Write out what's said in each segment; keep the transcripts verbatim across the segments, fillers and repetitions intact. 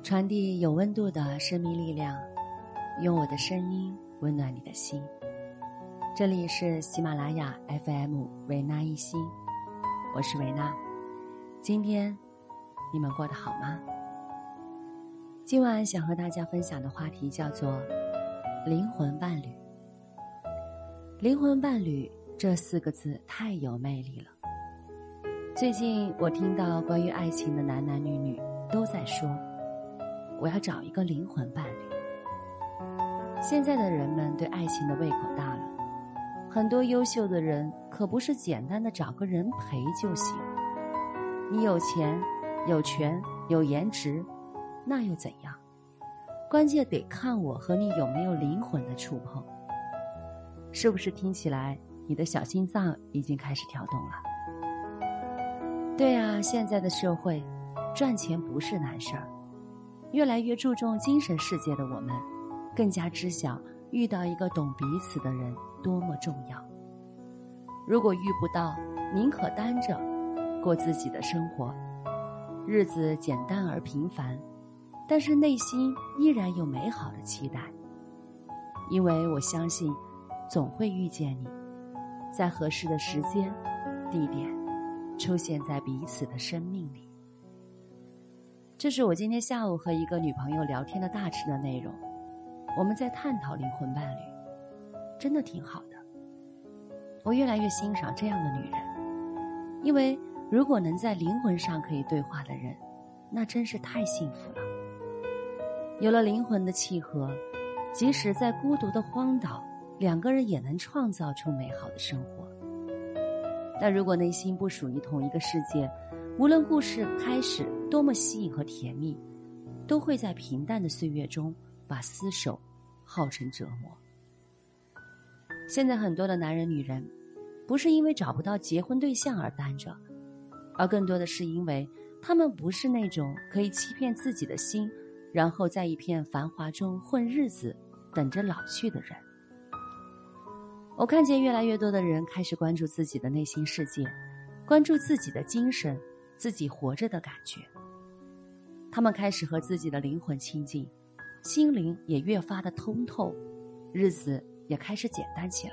传递有温度的生命力量，用我的声音温暖你的心。这里是喜马拉雅 F M 维纳一心，我是维纳。今天你们过得好吗？今晚想和大家分享的话题叫做灵魂伴侣。灵魂伴侣这四个字太有魅力了。最近我听到关于爱情的男男女女都在说，我要找一个灵魂伴侣。现在的人们对爱情的胃口大了，很多优秀的人可不是简单的找个人陪就行。你有钱、有权、有颜值，那又怎样？关键得看我和你有没有灵魂的触碰。是不是听起来你的小心脏已经开始跳动了？对啊，现在的社会赚钱不是难事儿，越来越注重精神世界的我们，更加知晓遇到一个懂彼此的人多么重要。如果遇不到，宁可单着过自己的生活，日子简单而平凡，但是内心依然有美好的期待。因为我相信总会遇见你，在合适的时间、地点，出现在彼此的生命里。这是我今天下午和一个女朋友聊天的大致的内容。我们在探讨灵魂伴侣，真的挺好的。我越来越欣赏这样的女人，因为如果能在灵魂上可以对话的人，那真是太幸福了。有了灵魂的契合，即使在孤独的荒岛，两个人也能创造出美好的生活。但如果内心不属于同一个世界，无论故事开始多么吸引和甜蜜，都会在平淡的岁月中把厮守耗成折磨。现在很多的男人女人，不是因为找不到结婚对象而单着，而更多的是因为他们不是那种可以欺骗自己的心，然后在一片繁华中混日子，等着老去的人。我看见越来越多的人开始关注自己的内心世界，关注自己的精神，自己活着的感觉。他们开始和自己的灵魂亲近，心灵也越发的通透，日子也开始简单起来。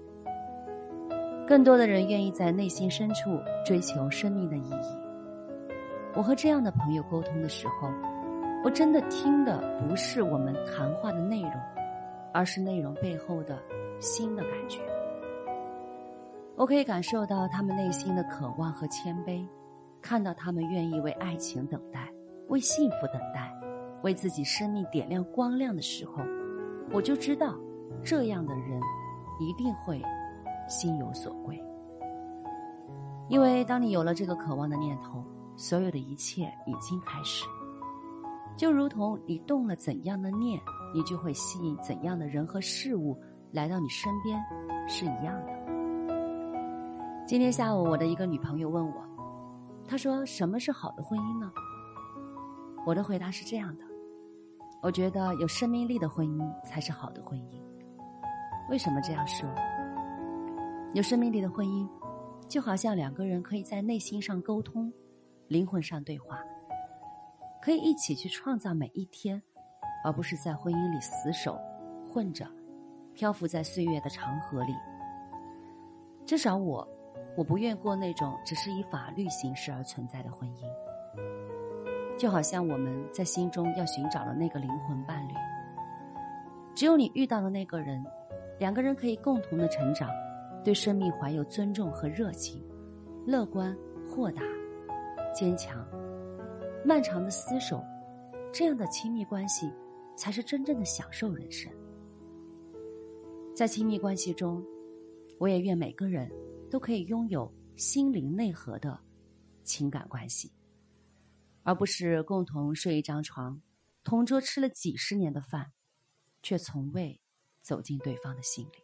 更多的人愿意在内心深处追求生命的意义。我和这样的朋友沟通的时候，我真的听的不是我们谈话的内容，而是内容背后的心的感觉。我可以感受到他们内心的渴望和谦卑，看到他们愿意为爱情等待，为幸福等待，为自己生命点亮光亮的时候，我就知道这样的人一定会心有所归。因为当你有了这个渴望的念头，所有的一切已经开始。就如同你动了怎样的念，你就会吸引怎样的人和事物来到你身边，是一样的。今天下午我的一个女朋友问我，她说什么是好的婚姻呢？我的回答是这样的，我觉得有生命力的婚姻才是好的婚姻。为什么这样说？有生命力的婚姻就好像两个人可以在内心上沟通，灵魂上对话，可以一起去创造每一天，而不是在婚姻里死守混着，漂浮在岁月的长河里。至少我我不愿过那种只是以法律形式而存在的婚姻。就好像我们在心中要寻找的那个灵魂伴侣，只有你遇到的那个人，两个人可以共同的成长，对生命怀有尊重和热情，乐观、豁达、坚强，漫长的厮守，这样的亲密关系才是真正的享受人生。在亲密关系中，我也愿每个人都可以拥有心灵内核的情感关系，而不是共同睡一张床，同桌吃了几十年的饭，却从未走进对方的心里。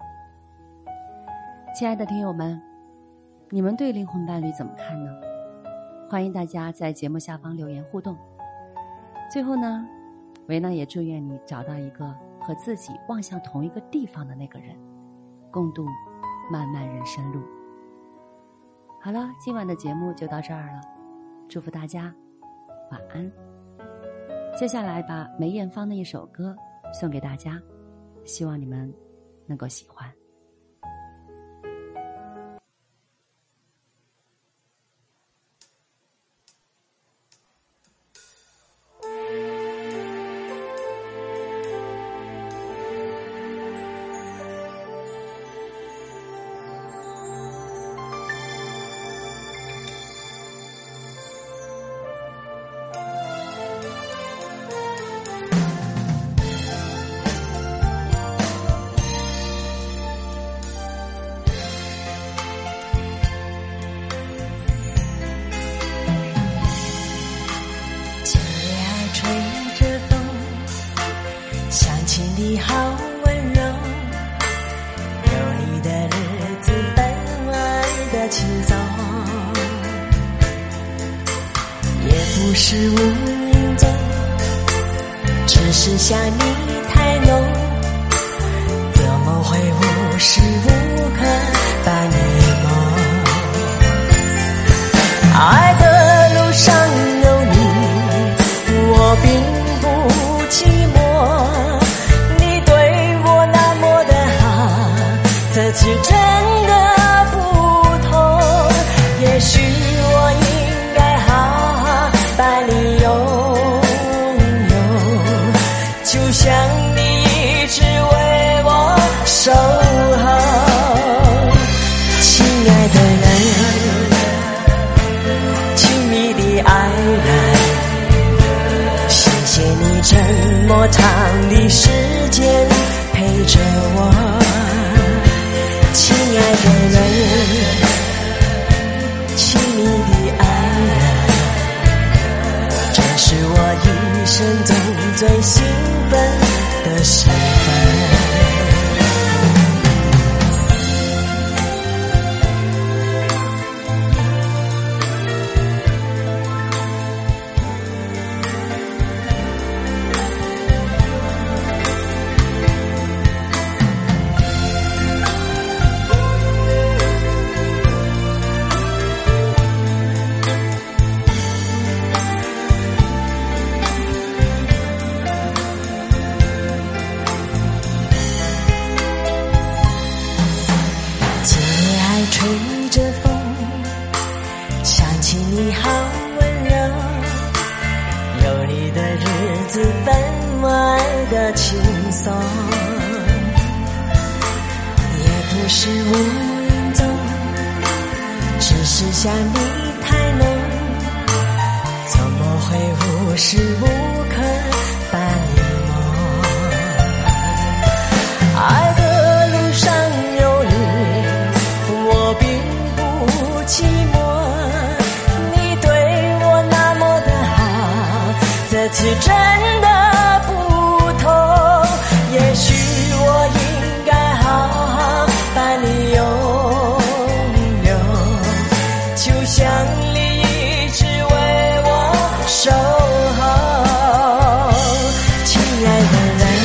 亲爱的听友们，你们对灵魂伴侣怎么看呢？欢迎大家在节目下方留言互动。最后呢，维娜也祝愿你找到一个和自己望向同一个地方的那个人，共度漫漫人生路。好了，今晚的节目就到这儿了，祝福大家晚安。 接下来把梅艳芳的一首歌送给大家，希望你们能够喜欢。 情你好温柔，有你的日子分外的轻松，也不是无影踪，只是想你太浓，怎么会无时无刻把你梦？爱的路上有你，我并不寂寞，这次真的不同，也许我应该好好把你拥有，就像你一直为我守候。亲爱的人，亲密的爱人，谢谢你这么长的时间陪着我。亲爱的人，亲密的爱人，这是我一生中最兴奋的时分。吹着风，想起你好温柔，有你的日子分外的轻松，也不是无影踪，只是想你太浓，怎么会无时无刻把你梦？爱的路上有你，我并不寂寞，你对我那么的好，这次真的不同，也许我应该好好把你拥有，就像你一直为我守候。亲爱的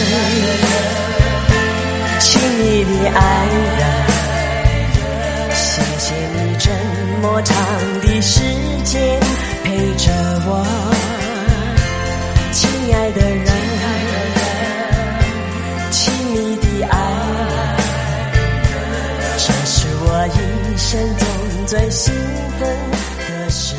人，亲密的爱人，谢谢你这么长的时间陪着我。亲爱的人，亲密的爱人，这是我一生中最兴奋的时